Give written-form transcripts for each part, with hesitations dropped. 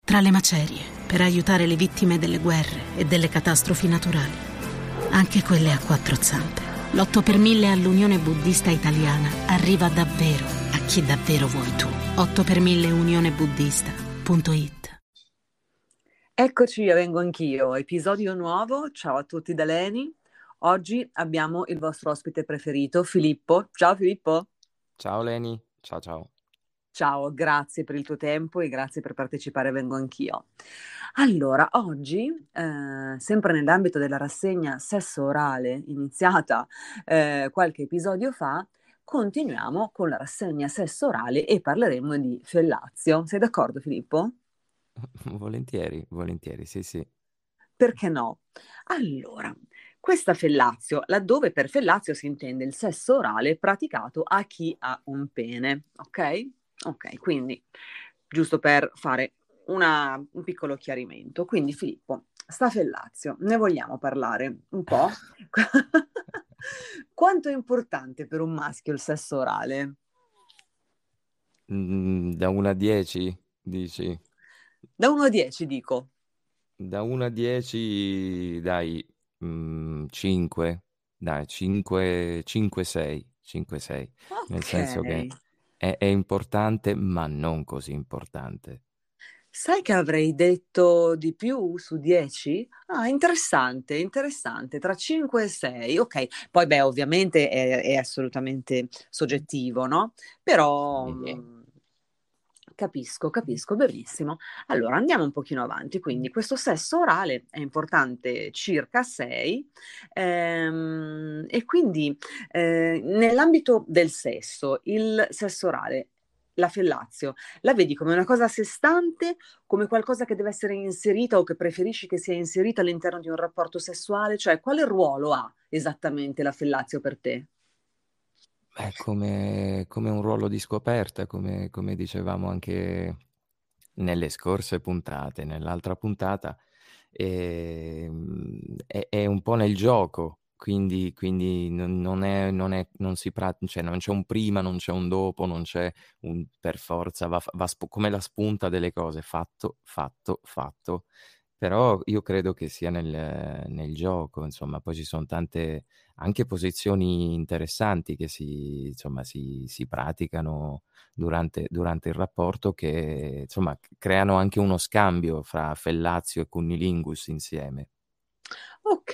tra le macerie per aiutare le vittime delle guerre e delle catastrofi naturali, anche quelle a quattro zampe. L'8 per 1000 all'Unione Buddista Italiana arriva davvero a chi davvero vuoi tu. 8 per 1000 unionebuddista.it. Eccoci, io vengo anch'io. Episodio nuovo. Ciao a tutti da Leni. Oggi abbiamo il vostro ospite preferito, Filippo. Ciao Filippo. Ciao Leni, ciao. Ciao, grazie per il tuo tempo e grazie per partecipare, vengo anch'io. Allora, oggi, sempre nell'ambito della rassegna Sesso Orale, iniziata qualche episodio fa, continuiamo con la rassegna Sesso Orale e parleremo di fellazio. Sei d'accordo, Filippo? Volentieri, sì. Perché no? Allora, questa fellazio, laddove per fellazio si intende il sesso orale praticato a chi ha un pene, ok? Ok, quindi giusto per fare un piccolo chiarimento. Quindi Filippo, sta fellazio, ne vogliamo parlare un po'? Quanto è importante per un maschio il sesso orale? Da 1 a 10, dici? Da 1 a 10 dico. Da 1 a 10, dai, 5, dai, 5, 6, nel senso che Ok. è importante, ma non così importante. Sai che avrei detto di più su 10? Ah, interessante, tra 5 e 6, ok. Poi beh, ovviamente è assolutamente soggettivo, no? Però capisco benissimo. Allora, andiamo un pochino avanti. Quindi questo sesso orale è importante circa 6, e quindi nell'ambito del sesso, il sesso orale, la fellazio, la vedi come una cosa a sé stante, come qualcosa che deve essere inserita o che preferisci che sia inserita all'interno di un rapporto sessuale? Cioè, quale ruolo ha esattamente la fellazio per te? È come un ruolo di scoperta, come dicevamo anche nelle scorse puntate, nell'altra puntata, è un po' nel gioco, quindi non si cioè non c'è un prima, non c'è un dopo, non c'è un per forza, come la spunta delle cose, fatto. Però io credo che sia nel gioco, insomma, poi ci sono tante anche posizioni interessanti che insomma, si praticano durante il rapporto, che insomma creano anche uno scambio fra fellazio e cunnilingus insieme. Ok,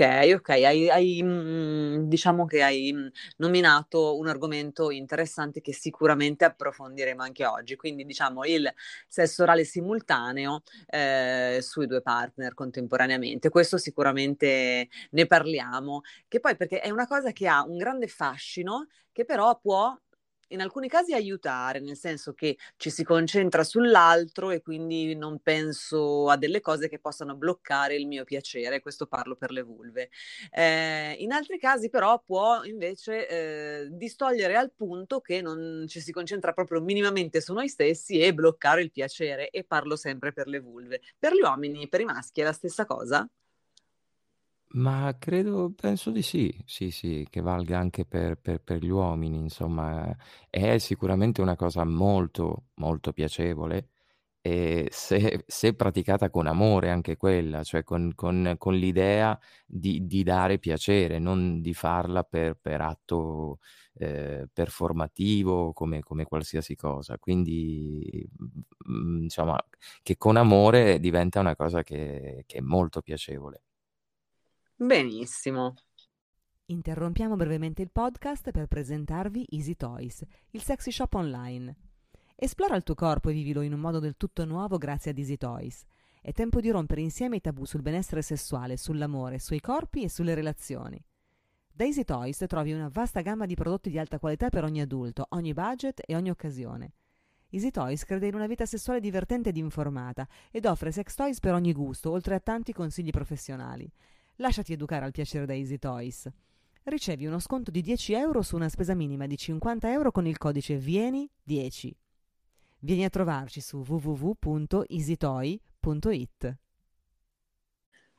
diciamo che hai nominato un argomento interessante che sicuramente approfondiremo anche oggi, quindi diciamo il sesso orale simultaneo sui due partner contemporaneamente. Questo sicuramente ne parliamo, che poi perché è una cosa che ha un grande fascino, che però può in alcuni casi aiutare, nel senso che ci si concentra sull'altro e quindi non penso a delle cose che possano bloccare il mio piacere, questo parlo per le vulve. In altri casi però può invece distogliere al punto che non ci si concentra proprio minimamente su noi stessi e bloccare il piacere, e parlo sempre per le vulve. Per gli uomini, per i maschi è la stessa cosa? Ma penso di sì, che valga anche per gli uomini, insomma, è sicuramente una cosa molto, molto piacevole, e se praticata con amore anche quella, cioè con l'idea di dare piacere, non di farla per atto performativo, come qualsiasi cosa. Quindi, insomma, che con amore diventa una cosa che è molto piacevole. Benissimo. Interrompiamo brevemente il podcast per presentarvi Easy Toys, il sexy shop online. Esplora il tuo corpo e vivilo in un modo del tutto nuovo grazie ad Easy Toys. È tempo di rompere insieme i tabù sul benessere sessuale, sull'amore, sui corpi e sulle relazioni. Da Easy Toys trovi una vasta gamma di prodotti di alta qualità per ogni adulto, ogni budget e ogni occasione. Easy Toys crede in una vita sessuale divertente ed informata ed offre sex toys per ogni gusto, oltre a tanti consigli professionali. Lasciati educare al piacere da Easy Toys. Ricevi uno sconto di 10 euro su una spesa minima di 50 euro con il codice VIENI10. Vieni a trovarci su www.easytoy.it.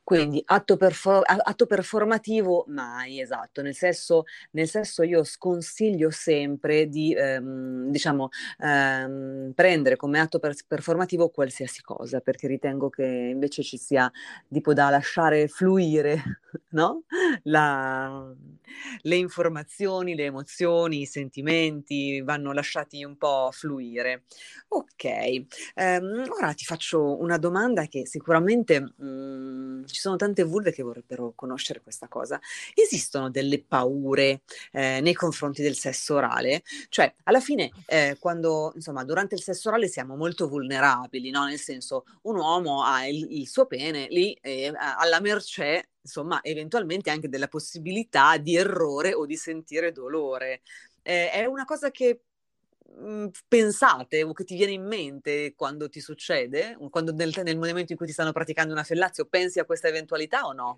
Quindi atto performativo mai, esatto, nel sesso io sconsiglio sempre di, diciamo, prendere come atto performativo qualsiasi cosa, perché ritengo che invece ci sia tipo da lasciare fluire, no? La- le informazioni, le emozioni, i sentimenti vanno lasciati un po' fluire. Ok, ora ti faccio una domanda che sicuramente ci sono tante vulve che vorrebbero conoscere questa cosa. Esistono delle paure nei confronti del sesso orale? Cioè, alla fine, quando, insomma, durante il sesso orale siamo molto vulnerabili, no? Nel senso, un uomo ha il suo pene lì alla mercé, insomma, eventualmente anche della possibilità di errore o di sentire dolore. È una cosa che pensate o che ti viene in mente quando ti succede? Quando nel momento in cui ti stanno praticando una fellazio, pensi a questa eventualità o no?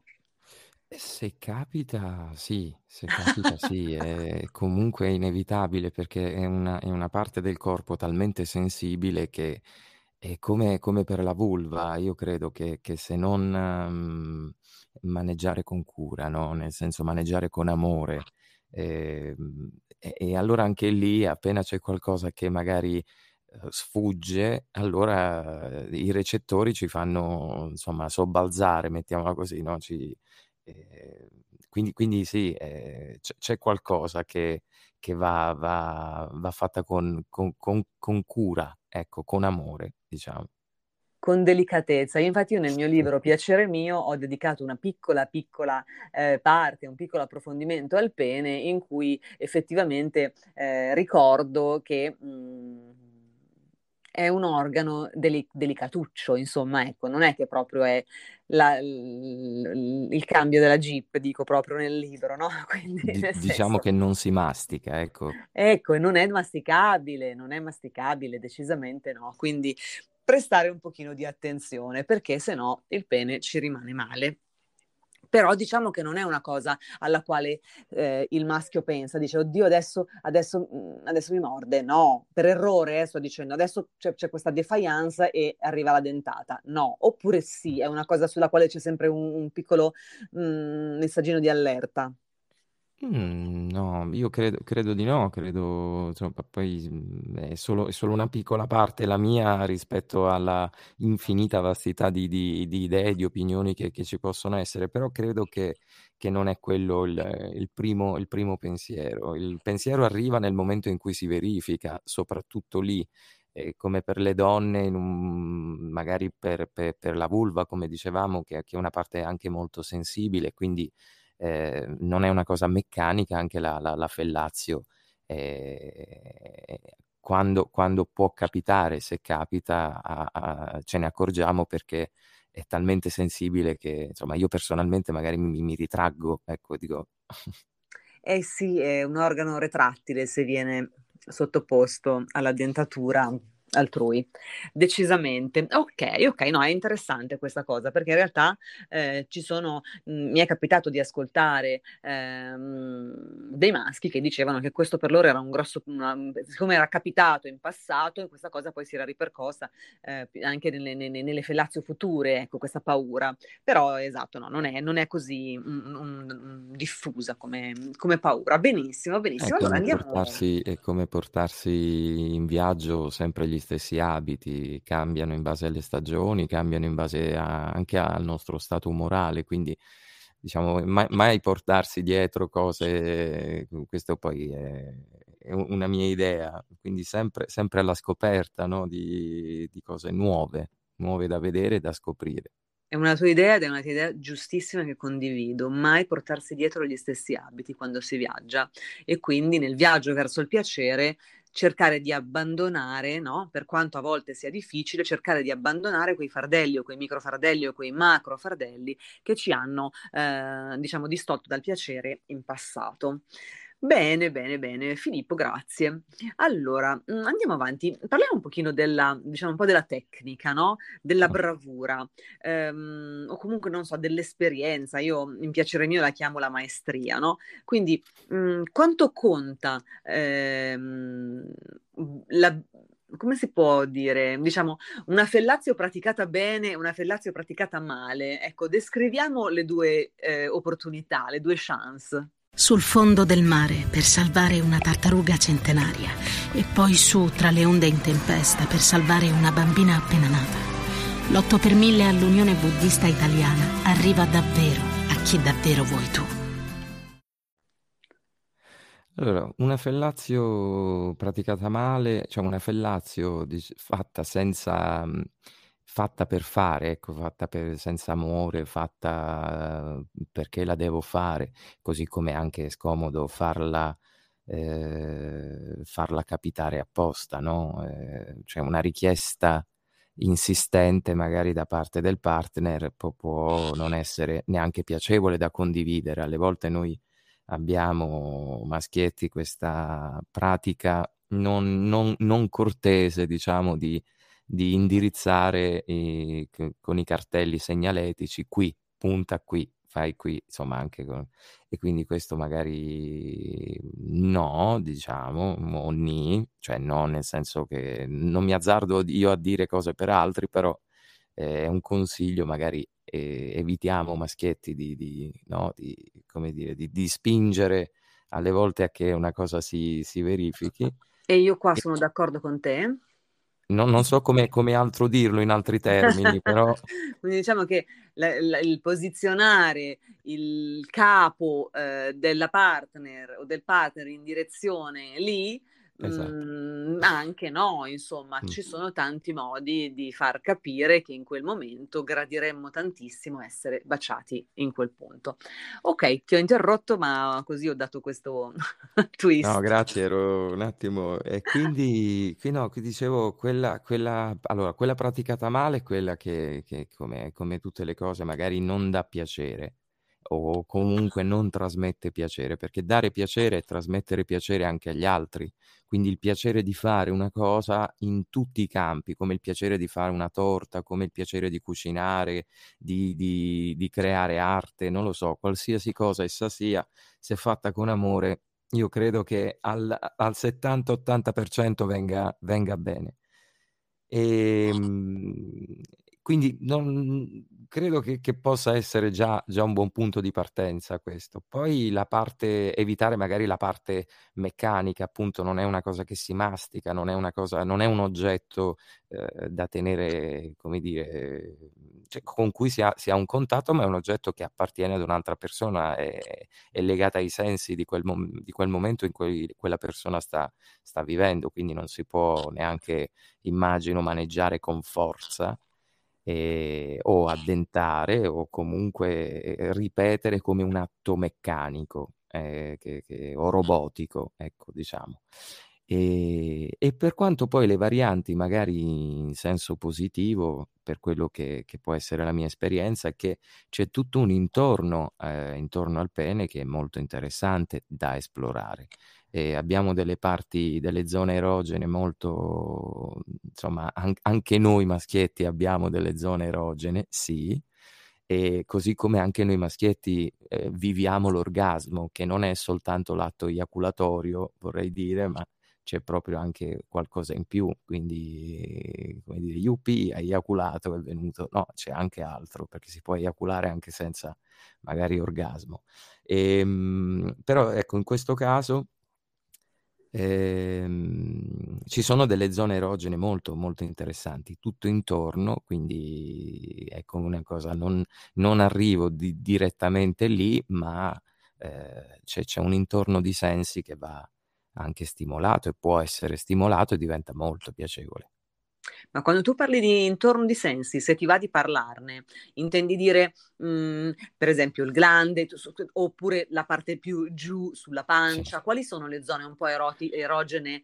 Se capita sì, è comunque inevitabile perché è una parte del corpo talmente sensibile che è come per la vulva. Io credo che se non maneggiare con cura, no? Nel senso maneggiare con amore, e allora anche lì appena c'è qualcosa che magari sfugge, allora i recettori ci fanno insomma sobbalzare, mettiamola così, no? Ehm, quindi sì, c'è qualcosa che va fatta con cura, ecco, con amore, diciamo. Con delicatezza. Infatti io nel mio libro Piacere mio ho dedicato una piccola parte, un piccolo approfondimento al pene in cui effettivamente ricordo che è un organo delicatuccio, insomma, ecco, non è che proprio è il cambio della Jeep, dico proprio nel libro, no? Quindi nel Diciamo senso, che non si mastica, ecco. ecco, e non è masticabile, decisamente no. Quindi prestare un pochino di attenzione, perché se no il pene ci rimane male. Però diciamo che non è una cosa alla quale il maschio pensa, dice, oddio, adesso mi morde. No, per errore, sto dicendo, adesso c'è questa defiance e arriva la dentata. No, oppure sì, è una cosa sulla quale c'è sempre un piccolo messaggino di allerta. No, io credo di no, credo, insomma, poi è solo una piccola parte la mia rispetto alla infinita vastità di idee, di opinioni che ci possono essere, però credo che non è quello il primo pensiero. Il pensiero arriva nel momento in cui si verifica, soprattutto lì, come per le donne, magari per la vulva, come dicevamo, che è una parte anche molto sensibile, quindi non è una cosa meccanica anche la fellatio. Quando può capitare, se capita, ce ne accorgiamo perché è talmente sensibile che, insomma, io personalmente magari mi ritraggo, ecco, dico. Eh sì, è un organo retrattile se viene sottoposto alla dentatura altrui, decisamente. Ok, ok, no, è interessante questa cosa perché in realtà mi è capitato di ascoltare dei maschi che dicevano che questo per loro era siccome era capitato in passato, e questa cosa poi si era ripercossa anche nelle fellazio future, ecco, questa paura. Però esatto, no, non è così diffusa come paura. Benissimo, benissimo. Allora andiamo. È come portarsi in viaggio sempre gli stessi abiti, cambiano in base alle stagioni, cambiano in base anche al nostro stato umorale, quindi diciamo mai portarsi dietro cose, questo poi è una mia idea, quindi sempre alla scoperta, no, di cose nuove da vedere e da scoprire. È una tua idea ed è una tua idea giustissima che condivido. Mai portarsi dietro gli stessi abiti quando si viaggia e quindi nel viaggio verso il piacere cercare di abbandonare, no? Per quanto a volte sia difficile, cercare di abbandonare quei fardelli o quei microfardelli o quei macrofardelli che ci hanno, diciamo, distolto dal piacere in passato. Bene, bene, bene. Filippo, grazie. Allora, andiamo avanti. Parliamo un pochino diciamo, un po' della tecnica, no? Della bravura, o comunque, non so, dell'esperienza. Io in piacere mio la chiamo la maestria, no? Quindi, quanto conta la come si può dire, diciamo, una fellatio praticata bene e una fellatio praticata male. Ecco, descriviamo le due opportunità, le due chance. Sul fondo del mare per salvare una tartaruga centenaria e poi su tra le onde in tempesta per salvare una bambina appena nata. L'8 per 1000 all'Unione Buddista Italiana arriva davvero a chi davvero vuoi tu. Allora, una fellatio praticata male, cioè una fellatio fatta senza, fatta per fare, ecco, senza amore, fatta perché la devo fare, così come anche è scomodo farla capitare apposta, no? Cioè una richiesta insistente magari da parte del partner può non essere neanche piacevole da condividere. Alle volte noi abbiamo maschietti questa pratica non cortese, diciamo, di indirizzare con i cartelli segnaletici qui, punta qui, fai qui, insomma anche e quindi questo magari no, diciamo, o ni, cioè no nel senso che non mi azzardo io a dire cose per altri, però è un consiglio, magari evitiamo maschietti no, come dire, di spingere alle volte a che una cosa si verifichi. E io qua sono d'accordo con te. Non so come altro dirlo in altri termini, però Quindi diciamo che il posizionare il capo della partner o del partner in direzione lì, esatto. anche no, insomma, ci sono tanti modi di far capire che in quel momento gradiremmo tantissimo essere baciati in quel punto. Ok, ti ho interrotto, ma così ho dato questo twist. No, grazie, ero un attimo. E quindi no, qui dicevo, allora, quella praticata male è quella che come tutte le cose magari non dà piacere o comunque non trasmette piacere, perché dare piacere è trasmettere piacere anche agli altri. Quindi il piacere di fare una cosa in tutti i campi, come il piacere di fare una torta, come il piacere di cucinare, di creare arte, non lo so, qualsiasi cosa essa sia, se fatta con amore, io credo che al 70-80% venga bene. Quindi credo che possa essere già un buon punto di partenza questo. Poi evitare magari la parte meccanica, appunto, non è una cosa che si mastica, non è un oggetto da tenere, come dire, cioè, con cui si ha un contatto, ma è un oggetto che appartiene ad un'altra persona, è legata ai sensi di quel momento in cui quella persona sta vivendo, quindi non si può neanche, immagino, maneggiare con forza o addentare o comunque ripetere come un atto meccanico o robotico, ecco, diciamo. E per quanto poi le varianti, magari in senso positivo, per quello che può essere la mia esperienza, è che c'è tutto un intorno al pene che è molto interessante da esplorare. Abbiamo delle parti, delle zone erogene molto, insomma, anche noi maschietti abbiamo delle zone erogene, sì, e così come anche noi maschietti viviamo l'orgasmo, che non è soltanto l'atto eiaculatorio, vorrei dire, ma c'è proprio anche qualcosa in più, quindi, come dire, yuppie, hai eiaculato, è venuto, no, c'è anche altro, perché si può eiaculare anche senza magari orgasmo. Però ecco, in questo caso ci sono delle zone erogene molto, molto interessanti, tutto intorno, quindi ecco una cosa, non arrivo direttamente lì, ma c'è un intorno di sensi che va anche stimolato e può essere stimolato e diventa molto piacevole. Ma quando tu parli di intorno di sensi, se ti va di parlarne, intendi dire, per esempio, il glande, oppure la parte più giù sulla pancia? Sì. Quali sono le zone un po' erogene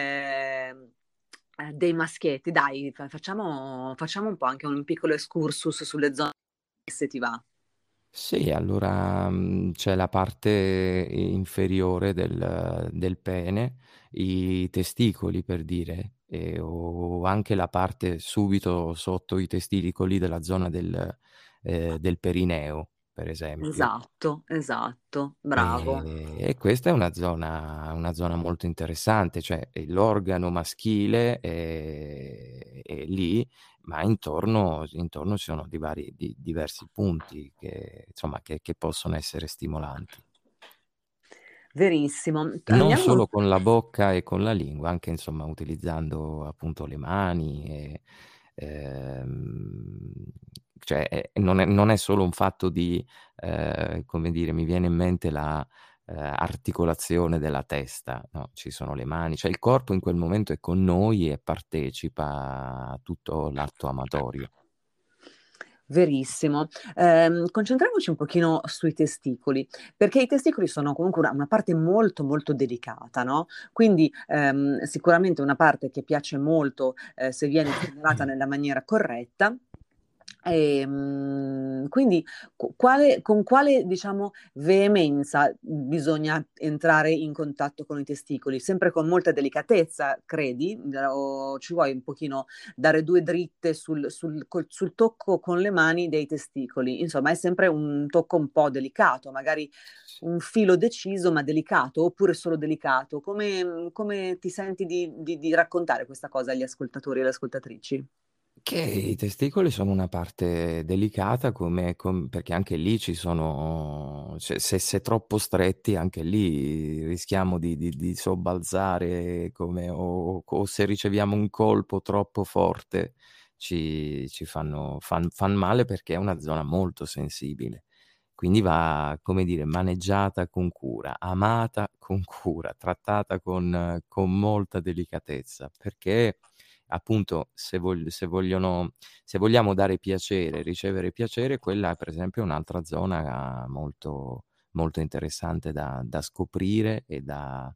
dei maschietti? Dai, facciamo un po' anche un piccolo excursus sulle zone, se ti va. Sì, allora c'è la parte inferiore del pene, i testicoli per dire, o anche la parte subito sotto i testicoli della zona del perineo. per esempio. Esatto, bravo. E questa è una zona molto interessante, cioè l'organo maschile è lì, ma intorno ci sono diversi punti insomma, che possono essere stimolanti. Verissimo. Non Andiamo. solo con la bocca e con la lingua, anche insomma utilizzando appunto le mani. Ehm, cioè non è solo un fatto di, come dire, mi viene in mente la articolazione della testa, no? Ci sono le mani, cioè il corpo in quel momento è con noi e partecipa a tutto l'atto amatorio. Verissimo. Concentriamoci un pochino sui testicoli, perché i testicoli sono comunque una parte molto molto delicata, no? Quindi sicuramente una parte che piace molto se viene stimolata nella maniera corretta. Quindi con quale, diciamo, veemenza bisogna entrare in contatto con i testicoli? Sempre con molta delicatezza, credi? O ci vuoi un pochino dare due dritte sul tocco con le mani dei testicoli? Insomma, è sempre un tocco un po' delicato, magari un filo deciso ma delicato, oppure solo delicato. Come ti senti di raccontare questa cosa agli ascoltatori e alle ascoltatrici? Che i testicoli sono una parte delicata perché anche lì ci sono, cioè, se troppo stretti anche lì rischiamo di sobbalzare o se riceviamo un colpo troppo forte ci fan male perché è una zona molto sensibile. Quindi va, come dire, maneggiata con cura, amata con cura, trattata con molta delicatezza, perché appunto se vogliamo dare piacere, ricevere piacere, quella per esempio è un'altra zona molto, molto interessante da scoprire e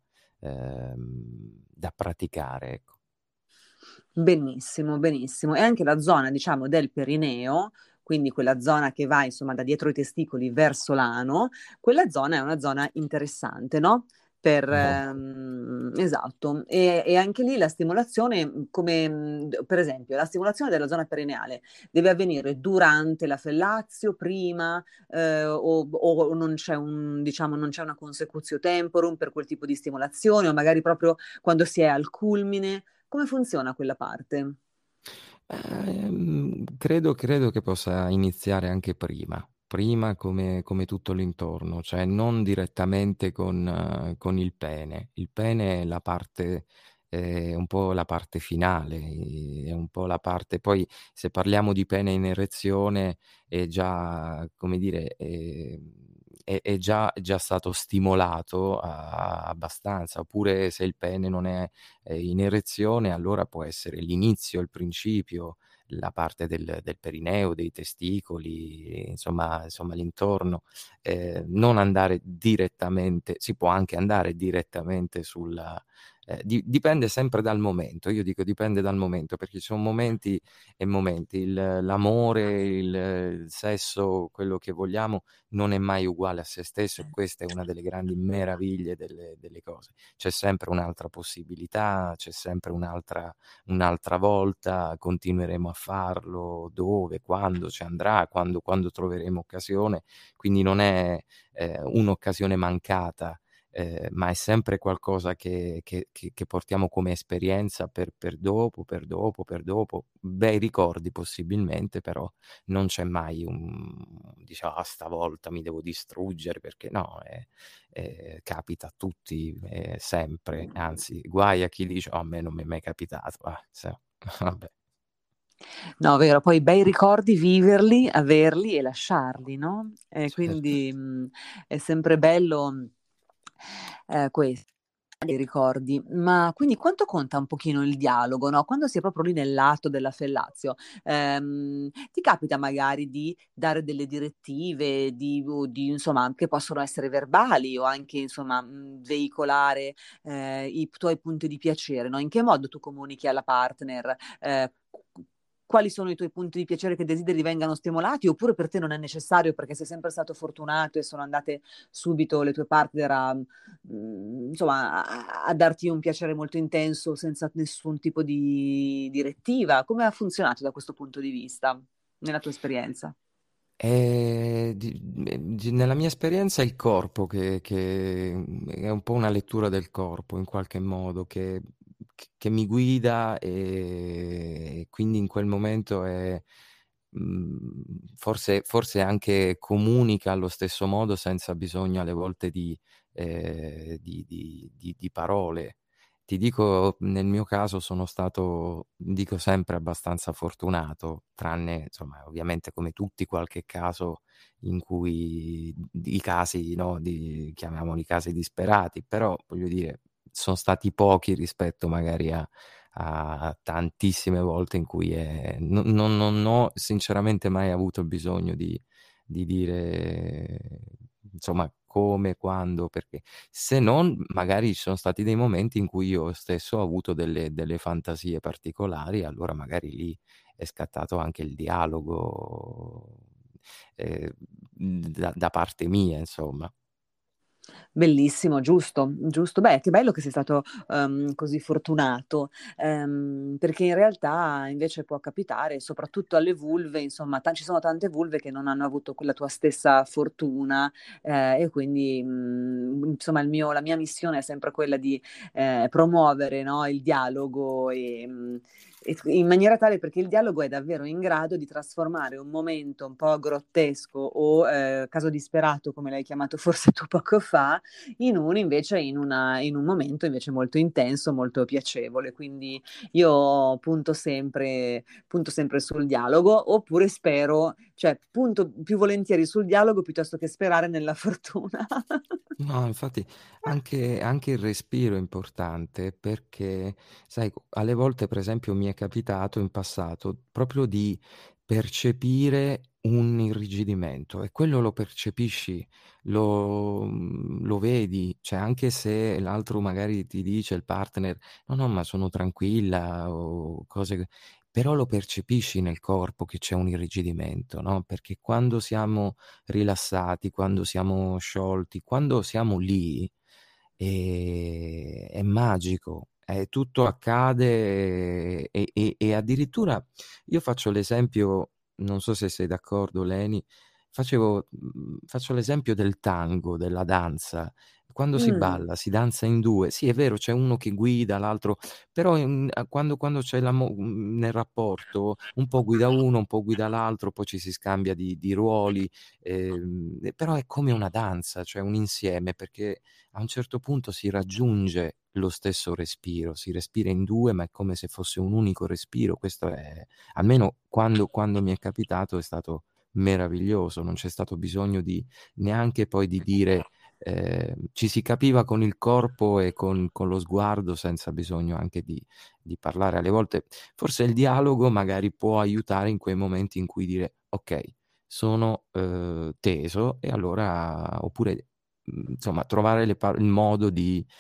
da praticare, ecco. Benissimo, benissimo. E anche la zona, diciamo, del perineo, quindi quella zona che va, insomma, da dietro i testicoli verso l'ano, quella zona è una zona interessante, no? Molto. Esatto. E anche lì la stimolazione, come per esempio, la stimolazione della zona perineale deve avvenire durante la fellazio, prima, o non c'è diciamo, non c'è una consecutio temporum per quel tipo di stimolazione, o magari proprio quando si è al culmine. Come funziona quella parte? Credo che possa iniziare anche prima come tutto l'intorno, cioè non direttamente con il pene. Il pene è la parte, è un po' la parte finale, è un po' la parte, poi se parliamo di pene in erezione è già, come dire, è già stato stimolato abbastanza, oppure se il pene non è in erezione, allora può essere l'inizio, il principio, la parte del perineo, dei testicoli, insomma l'intorno. Non andare direttamente, si può anche andare direttamente dipende sempre dal momento, io dico dipende dal momento, perché ci sono momenti e momenti, l'amore, il sesso, quello che vogliamo, non è mai uguale a se stesso, e questa è una delle grandi meraviglie delle cose. C'è sempre un'altra possibilità, c'è sempre un'altra volta, continueremo a farlo, dove, quando ci andrà, quando troveremo occasione, quindi non è un'occasione mancata, ma è sempre qualcosa che portiamo come esperienza per dopo, bei ricordi possibilmente, però non c'è mai diciamo, stavolta mi devo distruggere, perché no, capita a tutti, sempre, anzi, guai a chi dice, oh, a me non mi è mai capitato, vabbè. No, vero, poi bei ricordi, viverli, averli e lasciarli, no? Certo. Quindi è sempre bello questo, i ricordi. Ma quindi quanto conta un pochino il dialogo, no? Quando si è proprio lì nell'atto della fellazio, ti capita magari di dare delle direttive, insomma, che possono essere verbali o anche, insomma, veicolare i tuoi punti di piacere, no? In che modo tu comunichi alla partner? Quali sono i tuoi punti di piacere che desideri vengano stimolati, oppure per te non è necessario perché sei sempre stato fortunato e sono andate subito le tue partner insomma, a darti un piacere molto intenso senza nessun tipo di direttiva? Come ha funzionato da questo punto di vista, nella tua esperienza? Nella mia esperienza è il corpo che è un po' una lettura del corpo in qualche modo, che mi guida e quindi in quel momento forse anche comunica allo stesso modo senza bisogno alle volte di parole. Ti dico, nel mio caso sono stato, dico sempre, abbastanza fortunato, tranne, insomma, ovviamente come tutti, qualche caso in cui i casi, no, chiamiamoli casi disperati, però voglio dire, sono stati pochi rispetto magari a tantissime volte in cui non ho sinceramente mai avuto bisogno di dire, insomma, come, quando, perché se non, magari ci sono stati dei momenti in cui io stesso ho avuto delle fantasie particolari, allora magari lì è scattato anche il dialogo da parte mia, insomma. Bellissimo, giusto, giusto. Beh, che bello che sei stato così fortunato, perché in realtà invece può capitare, soprattutto alle vulve, insomma, ci sono tante vulve che non hanno avuto quella tua stessa fortuna, e quindi insomma la mia missione è sempre quella di promuovere, no, il dialogo e in maniera tale perché il dialogo è davvero in grado di trasformare un momento un po' grottesco o caso disperato, come l'hai chiamato forse tu poco fa, in un momento invece molto intenso, molto piacevole. Quindi io punto sempre sul dialogo, oppure spero, cioè punto più volentieri sul dialogo piuttosto che sperare nella fortuna. No, infatti anche il respiro è importante perché, sai, alle volte, per esempio, mi è capitato in passato proprio di percepire un irrigidimento e quello lo percepisci, lo vedi, cioè anche se l'altro magari ti dice, il partner, no, no, ma sono tranquilla o cose, però lo percepisci nel corpo che c'è un irrigidimento, no? Perché quando siamo rilassati, quando siamo sciolti, quando siamo lì, è magico, tutto accade e addirittura io faccio l'esempio, non so se sei d'accordo, Leni, faccio l'esempio del tango, della danza. Quando si Mm. balla, si danza in due, sì, è vero, c'è uno che guida, l'altro, però quando c'è nel rapporto, un po' guida uno, un po' guida l'altro, poi ci si scambia di ruoli, però è come una danza, cioè un insieme, perché a un certo punto si raggiunge lo stesso respiro, si respira in due, ma è come se fosse un unico respiro. Questo è, almeno quando mi è capitato, è stato meraviglioso, non c'è stato bisogno neanche poi di dire, ci si capiva con il corpo e con lo sguardo senza bisogno anche di parlare. Alle volte forse il dialogo magari può aiutare in quei momenti in cui dire ok, sono teso e allora, oppure insomma, trovare il modo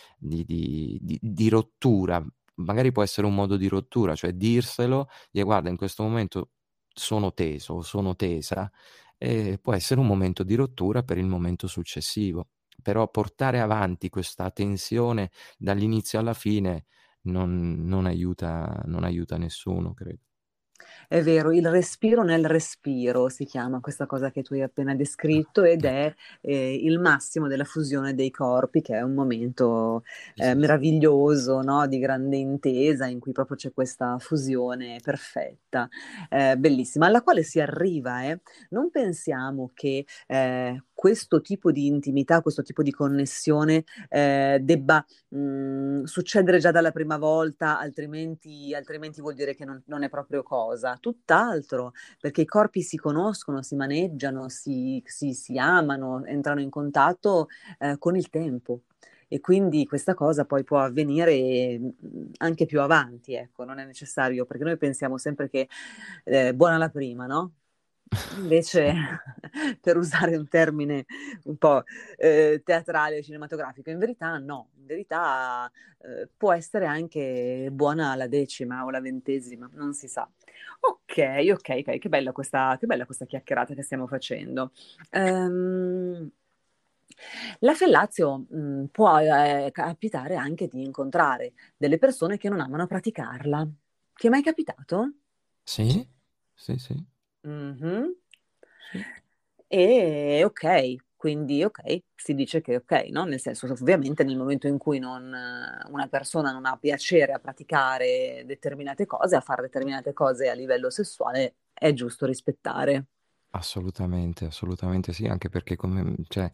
di rottura. Magari può essere un modo di rottura, cioè dirselo, dire guarda, in questo momento sono teso o sono tesa, e può essere un momento di rottura per il momento successivo. Però portare avanti questa tensione dall'inizio alla fine non aiuta nessuno, credo. È vero, il respiro nel respiro si chiama questa cosa che tu hai appena descritto ed Ecco, è il massimo della fusione dei corpi, che è un momento sì, sì, sì. meraviglioso, no? Di grande intesa in cui proprio c'è questa fusione perfetta, bellissima, alla quale si arriva. Non pensiamo che questo tipo di intimità, questo tipo di connessione debba succedere già dalla prima volta, altrimenti vuol dire che non è proprio cosa. Tutt'altro, perché i corpi si conoscono, si maneggiano, si amano, entrano in contatto con il tempo. E quindi questa cosa poi può avvenire anche più avanti, ecco, non è necessario, perché noi pensiamo sempre che buona la prima, no? Invece, Sì. per usare un termine un po' teatrale, cinematografico, in verità no, in verità può essere anche buona la decima o la ventesima, non si sa. Ok, ok, ok, che bella questa chiacchierata che stiamo facendo. Ehm, la Fellazio può capitare anche di incontrare delle persone che non amano praticarla. Ti è mai capitato? Sì, sì, sì, Mhm. sì. e ok, quindi ok, si dice che ok, no? Nel senso, ovviamente nel momento in cui una persona non ha piacere a praticare determinate cose, a fare determinate cose a livello sessuale, è giusto rispettare. Assolutamente, assolutamente sì, anche perché cioè,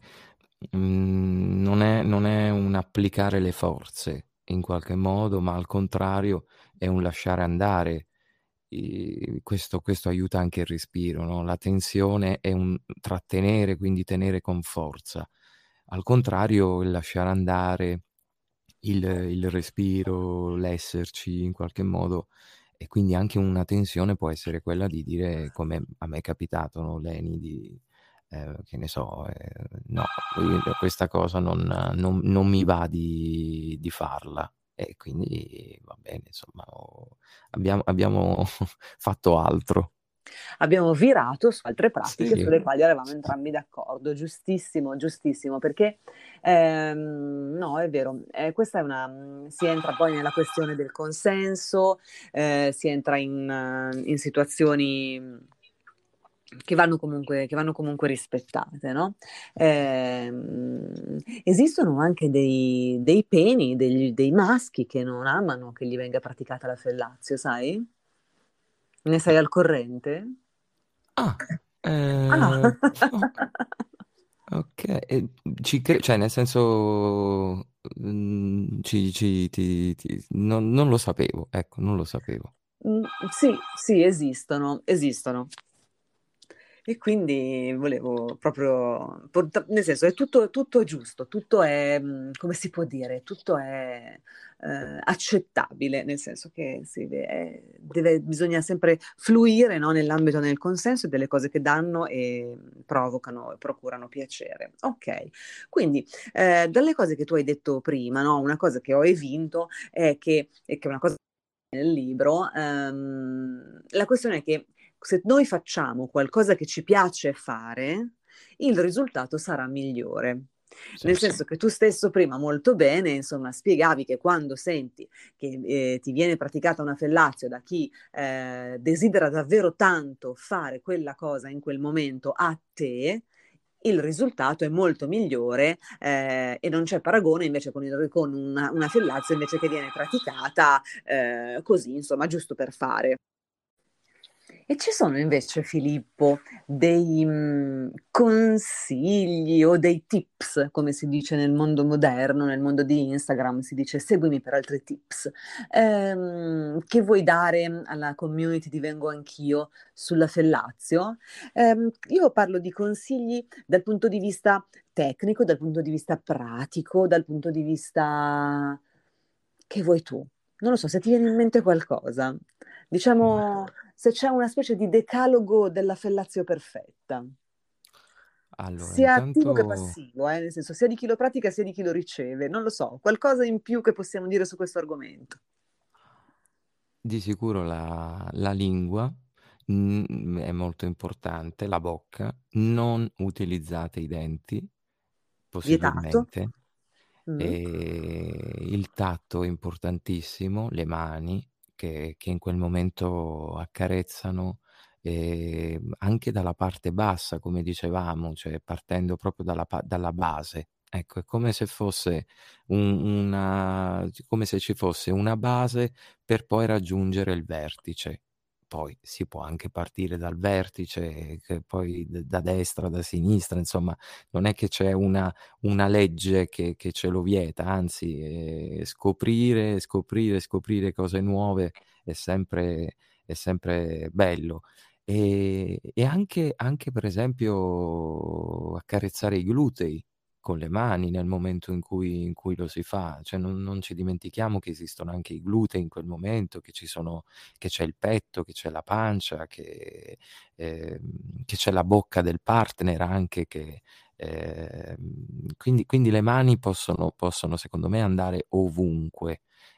non è un applicare le forze in qualche modo, ma al contrario è un lasciare andare. Questo aiuta anche il respiro, no? La tensione è un trattenere, quindi tenere con forza. Al contrario, il lasciare andare, il respiro, l'esserci in qualche modo, e quindi anche una tensione può essere quella di dire, come a me è capitato, no, Leni, che ne so, no, questa cosa non mi va di farla, e quindi va bene, insomma, abbiamo fatto altro. Abbiamo virato su altre pratiche Sì, sulle quali eravamo sì. entrambi d'accordo, giustissimo, giustissimo, perché no, è vero, questa è si entra poi nella questione del consenso, si entra in situazioni che vanno comunque rispettate, no? Esistono anche dei peni, dei maschi che non amano che gli venga praticata la fellatio, sai? Ne sei al corrente? Ah, Ah! o okay, cioè nel senso, non lo sapevo, ecco, non lo sapevo. Sì, sì, esistono. E quindi volevo proprio, nel senso, è tutto giusto, tutto è, come si può dire, tutto è accettabile, nel senso che bisogna sempre fluire, no, nell'ambito del consenso e delle cose che danno e provocano e procurano piacere. Ok, quindi dalle cose che tu hai detto prima, no, una cosa che ho evinto è che è una cosa nel libro, la questione è che se noi facciamo qualcosa che ci piace fare, il risultato sarà migliore. Sì. Nel senso che tu stesso prima molto bene, insomma, spiegavi che quando senti che ti viene praticata una fellatio da chi desidera davvero tanto fare quella cosa in quel momento a te, il risultato è molto migliore e non c'è paragone invece con una fellatio invece che viene praticata così, insomma, giusto per fare. E ci sono invece, Filippo, dei consigli o dei tips, come si dice nel mondo moderno, nel mondo di Instagram, si dice seguimi per altri tips, che vuoi dare alla community di Vengo Anch'io sulla fellatio? Io parlo di consigli dal punto di vista tecnico, dal punto di vista pratico, dal punto di vista che vuoi tu. Non lo so, se ti viene in mente qualcosa. Ma Diciamo, se c'è una specie di decalogo della fellatio perfetta, allora sia attivo che intanto passivo, nel senso sia di chi lo pratica sia di chi lo riceve, non lo so, qualcosa in più che possiamo dire su questo argomento. di sicuro la lingua, è molto importante, la bocca, non utilizzate i denti, Vietato? possibilmente. Mm. Il tatto è importantissimo, le mani che in quel momento accarezzano, anche dalla parte bassa, come dicevamo, cioè partendo proprio dalla base. Ecco, è come se fosse come se ci fosse una base per poi raggiungere il vertice. Poi si può anche partire dal vertice, che poi da destra, da sinistra, insomma, non è che c'è una legge che ce lo vieta, anzi, scoprire cose nuove è sempre bello. E anche per esempio accarezzare i glutei con le mani nel momento in cui lo si fa, cioè non ci dimentichiamo che esistono anche i glutei in quel momento, che c'è il petto, che c'è la pancia, che c'è la bocca del partner anche, quindi le mani possono secondo me andare ovunque,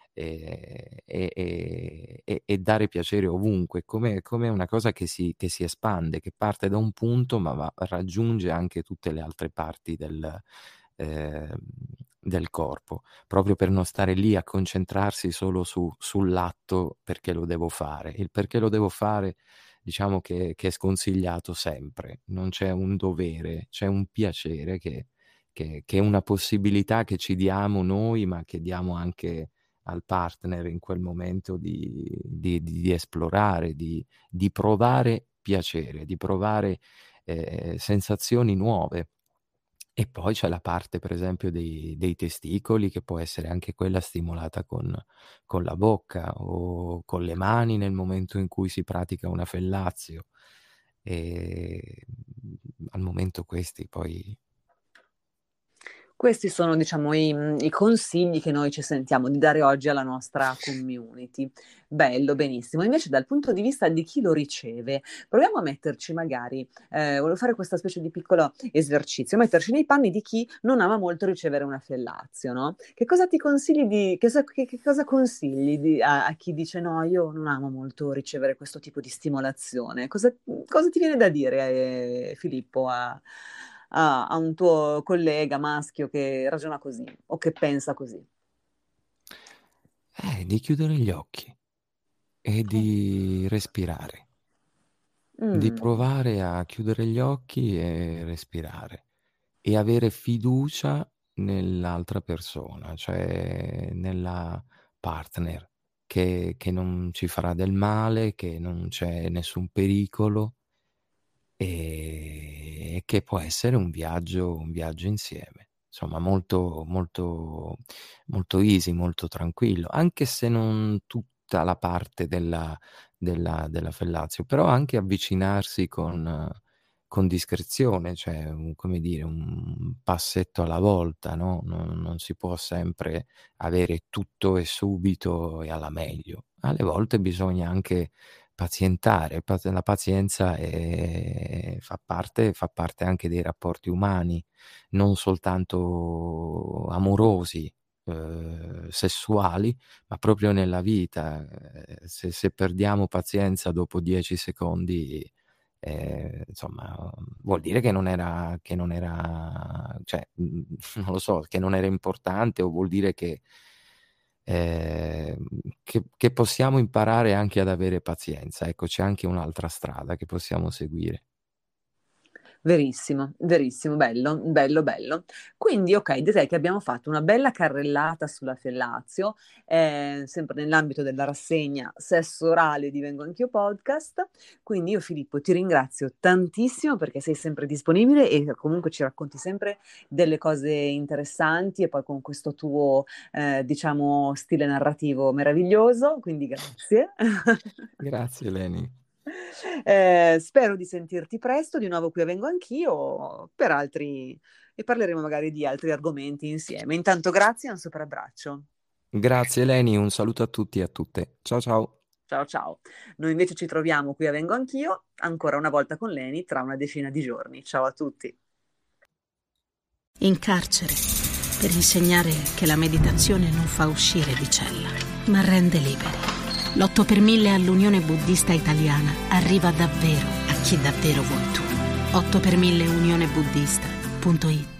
e dare piacere ovunque, come una cosa che si espande, che parte da un punto ma raggiunge anche tutte le altre parti ehm, del corpo, proprio per non stare lì a concentrarsi solo sull'atto perché lo devo fare. Il perché lo devo fare diciamo che è sconsigliato sempre. Non c'è un dovere, c'è un piacere che è una possibilità che ci diamo noi, ma che diamo anche al partner in quel momento di esplorare, di provare piacere, di provare sensazioni nuove. E poi c'è la parte, per esempio, dei testicoli, che può essere anche quella stimolata con la bocca o con le mani nel momento in cui si pratica una fellatio. E al momento questi poi... Questi sono, diciamo, i consigli che noi ci sentiamo di dare oggi alla nostra community. Bello, benissimo. Invece dal punto di vista di chi lo riceve, proviamo a metterci magari, volevo fare questa specie di piccolo esercizio, metterci nei panni di chi non ama molto ricevere una fellatio, no? Che cosa ti consigli che cosa consigli a chi dice no, io non amo molto ricevere questo tipo di stimolazione? Cosa ti viene da dire, Filippo, a un tuo collega maschio che ragiona così o che pensa così? Di chiudere gli occhi e di respirare, di provare a chiudere gli occhi e respirare e avere fiducia nell'altra persona, cioè nella partner, che non ci farà del male, che non c'è nessun pericolo e che può essere un viaggio insieme, insomma molto molto molto easy, molto tranquillo, anche se non tutta la parte della fellatio, però anche avvicinarsi con discrezione, cioè come dire, un passetto alla volta, no? Non si può sempre avere tutto e subito e alla meglio. Alle volte bisogna anche pazientare. La pazienza fa parte anche dei rapporti umani, non soltanto amorosi, sessuali, ma proprio nella vita. Se perdiamo pazienza dopo 10 secondi, insomma, vuol dire che non era, cioè, non lo so, che non era importante, o vuol dire che possiamo imparare anche ad avere pazienza. Ecco, c'è anche un'altra strada che possiamo seguire. Verissimo, verissimo, bello, bello, bello. Quindi, ok, direi che abbiamo fatto una bella carrellata sulla fellatio, sempre nell'ambito della rassegna Sesso Orale di Vengo Anch'io Podcast. Quindi io, Filippo, ti ringrazio tantissimo perché sei sempre disponibile e comunque ci racconti sempre delle cose interessanti e poi con questo tuo, diciamo, stile narrativo meraviglioso, quindi grazie. Grazie, Leni. Spero di sentirti presto di nuovo qui a Vengo Anch'io per altri, e parleremo magari di altri argomenti insieme. Intanto grazie e un super abbraccio. Grazie Leni, un saluto a tutti e a tutte. Ciao ciao. Ciao ciao. Noi invece ci troviamo qui a Vengo Anch'io ancora una volta con Leni tra una decina di giorni. Ciao a tutti. In carcere, per insegnare che la meditazione non fa uscire di cella, ma rende liberi. L'8 per 1000 all'Unione Buddista Italiana arriva davvero a chi davvero vuoi tu. 8 per 1000 unionebuddista.it